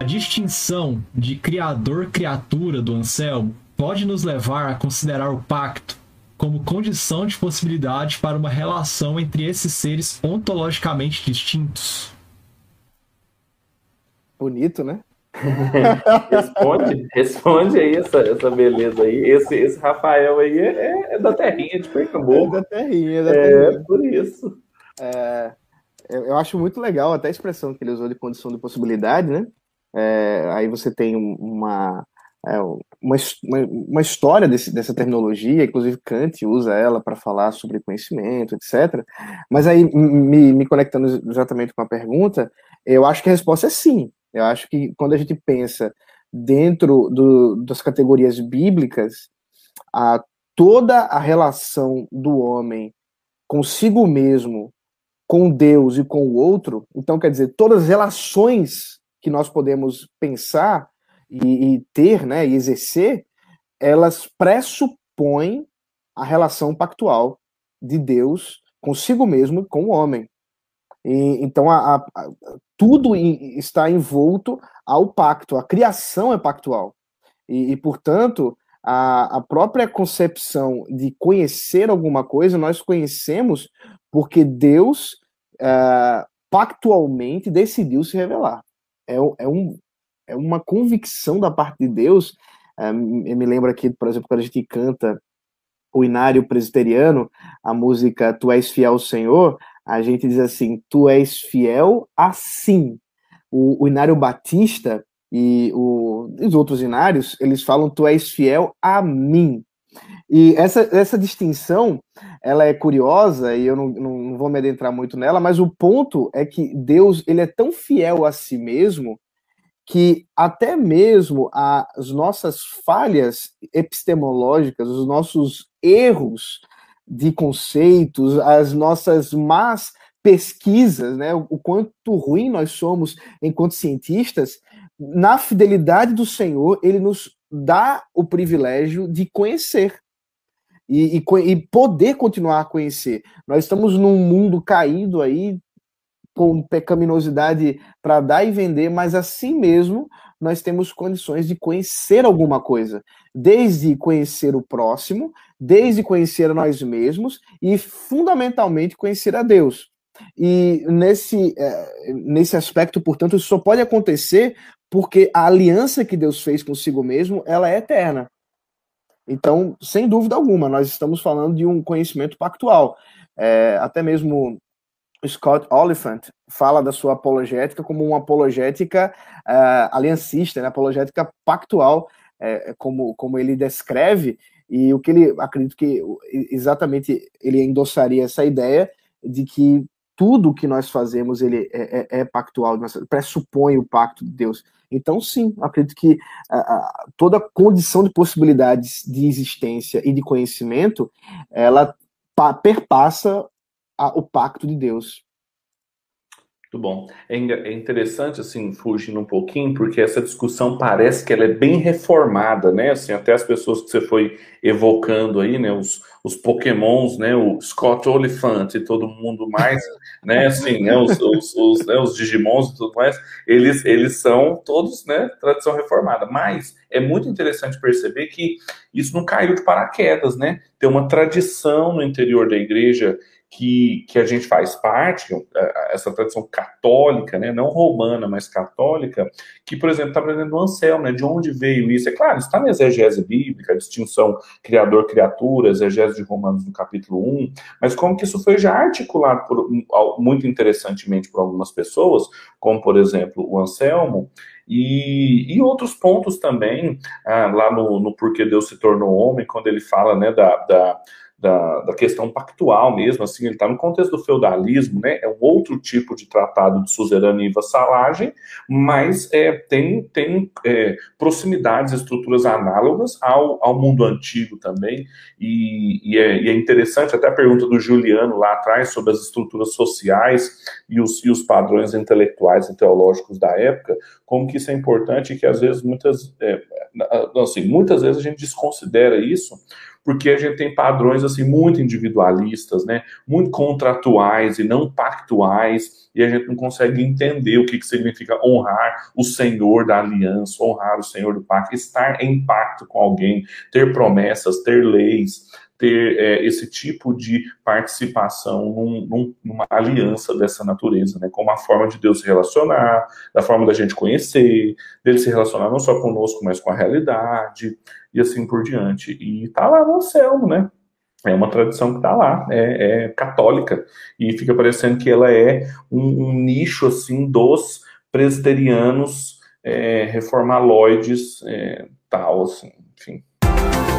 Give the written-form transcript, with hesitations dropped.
distinção de criador-criatura do Anselmo pode nos levar a considerar o pacto como condição de possibilidade para uma relação entre esses seres ontologicamente distintos? Bonito, né? Responde aí essa beleza aí. Esse Rafael aí é da terrinha de Pernambuco. É da terrinha, É por isso. Eu acho muito legal até a expressão que ele usou de condição de possibilidade, né? Aí você tem uma história dessa terminologia, inclusive Kant usa ela para falar sobre conhecimento, etc. Mas aí, me conectando exatamente com a pergunta, eu acho que a resposta é sim. Eu acho que quando a gente pensa dentro das categorias bíblicas, toda a relação do homem consigo mesmo, com Deus e com o outro, então quer dizer, todas as relações que nós podemos pensar e ter, né, e exercer, elas pressupõem a relação pactual de Deus consigo mesmo e com o homem. Então, tudo está envolto ao pacto, a criação é pactual. Portanto, a própria concepção de conhecer alguma coisa, nós conhecemos porque Deus pactualmente decidiu se revelar. É uma convicção da parte de Deus. Eu me lembro aqui, por exemplo, quando a gente canta o Inário Presbiteriano, a música Tu És Fiel ao Senhor, a gente diz assim, Tu és fiel assim. O Inário Batista e os outros inários, eles falam Tu és fiel a mim. E essa distinção, ela é curiosa, e eu não vou me adentrar muito nela, mas o ponto é que Deus, ele é tão fiel a si mesmo, que até mesmo as nossas falhas epistemológicas, os nossos erros de conceitos, as nossas más pesquisas, né, o quanto ruim nós somos enquanto cientistas, na fidelidade do Senhor, ele nos dá o privilégio de conhecer e poder continuar a conhecer. Nós estamos num mundo caído aí, com pecaminosidade para dar e vender, mas assim mesmo nós temos condições de conhecer alguma coisa, desde conhecer o próximo, desde conhecer a nós mesmos e, fundamentalmente, conhecer a Deus. E nesse aspecto, portanto, isso só pode acontecer porque a aliança que Deus fez consigo mesmo, ela é eterna. Então, sem dúvida alguma, nós estamos falando de um conhecimento pactual. Até mesmo Scott Oliphant fala da sua apologética como uma apologética aliancista, né? Apologética pactual, como ele descreve, e o que ele, acredito que exatamente ele endossaria essa ideia de que tudo que nós fazemos ele é pactual, pressupõe o pacto de Deus. Então, sim, acredito que toda condição de possibilidades de existência e de conhecimento, ela perpassa o pacto de Deus. Muito bom. É interessante, assim, fugindo um pouquinho, porque essa discussão parece que ela é bem reformada, né? Assim, até as pessoas que você foi evocando aí, né? Os Pokémons, né? O Scott Oliphant e todo mundo mais, né? Assim, né? Os Digimons e tudo mais, eles são todos, né? Tradição reformada. Mas é muito interessante perceber que isso não caiu de paraquedas, né? Tem uma tradição no interior da igreja que a gente faz parte, essa tradição católica, né, não romana, mas católica, que, por exemplo, está aprendendo o Anselmo, né, de onde veio isso. É claro, está na exegese bíblica, a distinção criador-criatura, exegese de Romanos no capítulo 1, mas como que isso foi já articulado muito interessantemente por algumas pessoas, como, por exemplo, o Anselmo, e outros pontos também, lá no Porquê Deus se Tornou Homem, quando ele fala, né, da questão pactual mesmo, assim, ele está no contexto do feudalismo, né, é um outro tipo de tratado de suzerania e vassalagem, mas tem proximidades, estruturas análogas ao mundo antigo também, e é interessante, até a pergunta do Juliano lá atrás, sobre as estruturas sociais e os padrões intelectuais e teológicos da época, como que isso é importante e que às vezes muitas vezes a gente desconsidera isso, porque a gente tem padrões assim muito individualistas, né? Muito contratuais e não pactuais, e a gente não consegue entender o que significa honrar o Senhor da aliança, honrar o Senhor do pacto, estar em pacto com alguém, ter promessas, ter leis, ter esse tipo de participação numa aliança dessa natureza, né? Como a forma de Deus se relacionar, da forma da gente conhecer, dele se relacionar não só conosco, mas com a realidade, e assim por diante. E tá lá no Anselmo, né? É uma tradição que está lá, é católica, e fica parecendo que ela é um nicho assim dos presbiterianos reformaloides, tal, assim, enfim.